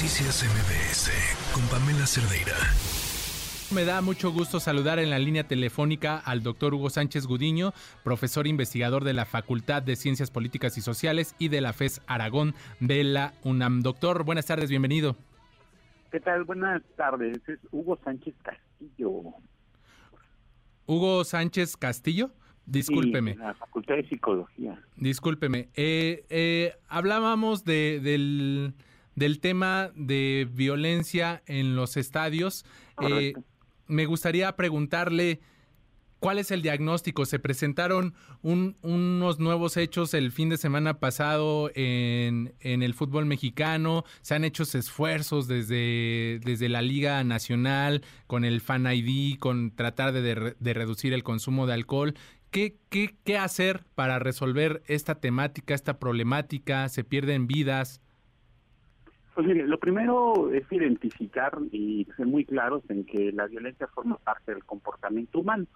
Noticias MBS con Pamela Cerdeira. Me da mucho gusto saludar en la línea telefónica al doctor Hugo Sánchez Gudiño, profesor investigador de la Facultad de Ciencias Políticas y Sociales y de la FES Aragón de la UNAM. Doctor, buenas tardes, bienvenido. ¿Qué tal? Buenas tardes, es Hugo Sánchez Castillo. ¿Hugo Sánchez Castillo? Discúlpeme. Sí, de la Facultad de Psicología. Discúlpeme. Hablábamos del tema de violencia en los estadios. Me gustaría preguntarle, ¿cuál es el diagnóstico? Se presentaron unos nuevos hechos el fin de semana pasado en el fútbol mexicano. Se han hecho esfuerzos desde la Liga Nacional con el Fan ID, con tratar de reducir el consumo de alcohol. ¿Qué hacer para resolver esta temática, esta problemática? ¿Se pierden vidas? Pues mire, lo primero es identificar y ser muy claros en que la violencia forma parte del comportamiento humano.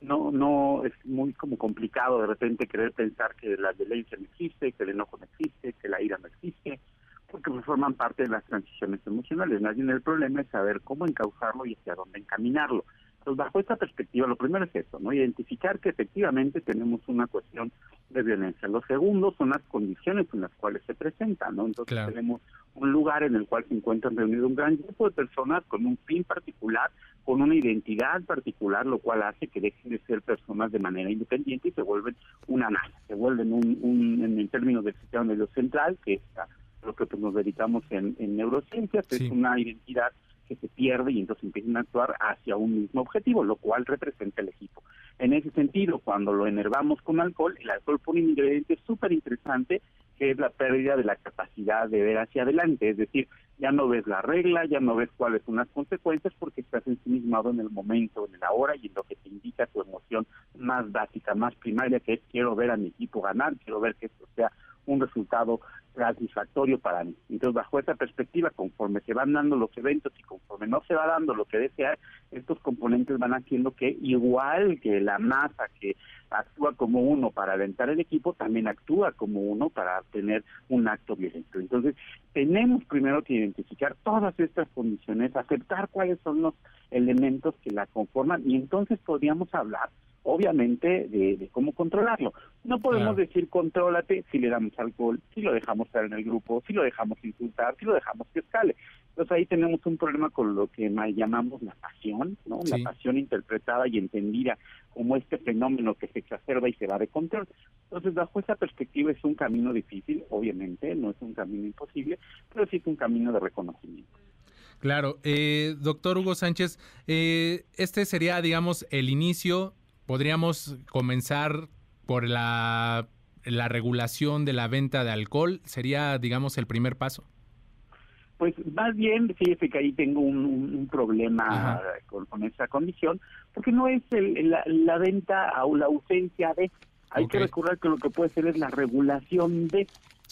No es muy como complicado de repente querer pensar que la violencia no existe, que el enojo no existe, que la ira no existe, porque forman parte de las transiciones emocionales. Más bien el problema es saber cómo encauzarlo y hacia dónde encaminarlo. Entonces, bajo esta perspectiva, lo primero es eso, ¿no? Identificar que efectivamente tenemos una cuestión de violencia. Lo segundo son las condiciones en las cuales se presenta, ¿no? Entonces tenemos un lugar en el cual se encuentran reunidos un gran grupo de personas con un fin particular, con una identidad particular, lo cual hace que dejen de ser personas de manera independiente y se vuelven una masa, se vuelven en términos del sistema nervioso central, que es a lo que nos dedicamos en neurociencias, Sí. Es una identidad que se pierde y entonces empiezan a actuar hacia un mismo objetivo, lo cual representa el equipo. En ese sentido, cuando lo enervamos con alcohol, el alcohol pone un ingrediente súper interesante, que es la pérdida de la capacidad de ver hacia adelante, es decir, ya no ves la regla, ya no ves cuáles son las consecuencias porque estás ensimismado en el momento, en el ahora y en lo que te indica tu emoción más básica, más primaria, que es quiero ver a mi equipo ganar, quiero ver que esto sea un resultado satisfactorio para mí. Entonces, bajo esa perspectiva, conforme se van dando los eventos y conforme no se va dando lo que desea, estos componentes van haciendo que, igual que la masa que actúa como uno para alentar el equipo, también actúa como uno para tener un acto violento. Entonces, tenemos primero que identificar todas estas condiciones, aceptar cuáles son los elementos que la conforman y entonces podríamos hablar obviamente de cómo controlarlo. No podemos decir contrólate si le damos alcohol, si lo dejamos estar en el grupo, si lo dejamos insultar, si lo dejamos que escale. Entonces ahí tenemos un problema con lo que llamamos la pasión, ¿no? Sí. La pasión interpretada y entendida como este fenómeno que se exacerba y se va de control. Entonces, bajo esa perspectiva es un camino difícil, obviamente, no es un camino imposible, pero sí es un camino de reconocimiento. Claro. Doctor Hugo Sánchez, este sería, digamos, el inicio. Podríamos comenzar por la regulación de la venta de alcohol. ¿Sería, digamos, el primer paso? Pues más bien, fíjese que ahí tengo un problema con esa condición, porque no es la venta o la ausencia de. Hay que recordar que lo que puede ser es la regulación de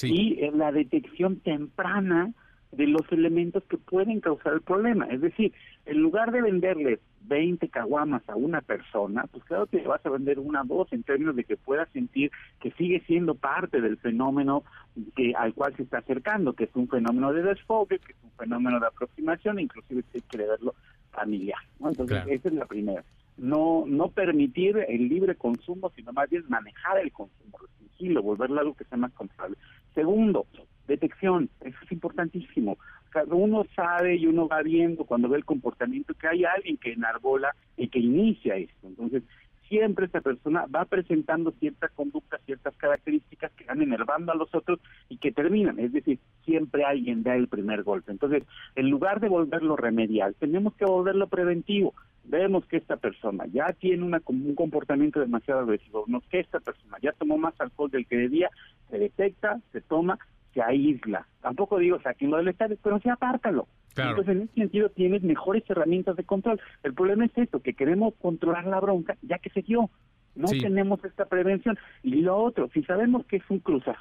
y la detección temprana de los elementos que pueden causar el problema. Es decir, en lugar de venderle 20 caguamas a una persona, pues claro que le vas a vender una o dos en términos de que pueda sentir que sigue siendo parte del fenómeno al cual se está acercando, que es un fenómeno de desfogue, que es un fenómeno de aproximación, inclusive si quiere verlo familiar, ¿no? Entonces, esa es la primera. No permitir el libre consumo, sino más bien manejar el consumo, restringirlo, volverlo algo que sea más controlable. Segundo, detección, eso es importantísimo. Uno sabe y uno va viendo cuando ve el comportamiento que hay alguien que enarbola y que inicia esto. Entonces, siempre esta persona va presentando cierta conducta, ciertas características que van enervando a los otros y que terminan. Es decir, siempre alguien da el primer golpe. Entonces, en lugar de volverlo remedial, tenemos que volverlo preventivo. Vemos que esta persona ya tiene un comportamiento demasiado agresivo, que esta persona ya tomó más alcohol del que debía, se detecta, se toma, se aísla. Tampoco digo saquenlo del estadio, pero sí apártalo. Claro. Entonces, en ese sentido, tienes mejores herramientas de control. El problema es esto, que queremos controlar la bronca ya que se dio. No tenemos esta prevención. Y lo otro, si sabemos que es un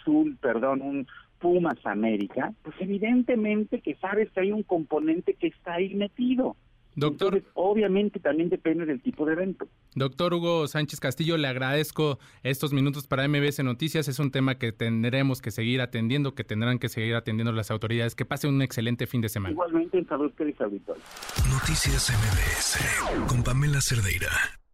un Pumas América, pues evidentemente que sabes que hay un componente que está ahí metido. Doctor, entonces, obviamente también depende del tipo de evento. Doctor Hugo Sánchez Castillo, le agradezco estos minutos para MBS Noticias. Es un tema que tendremos que seguir atendiendo, que tendrán que seguir atendiendo las autoridades. Que pase un excelente fin de semana. Igualmente en salud, queridos auditores. Noticias MBS con Pamela Cerdeira.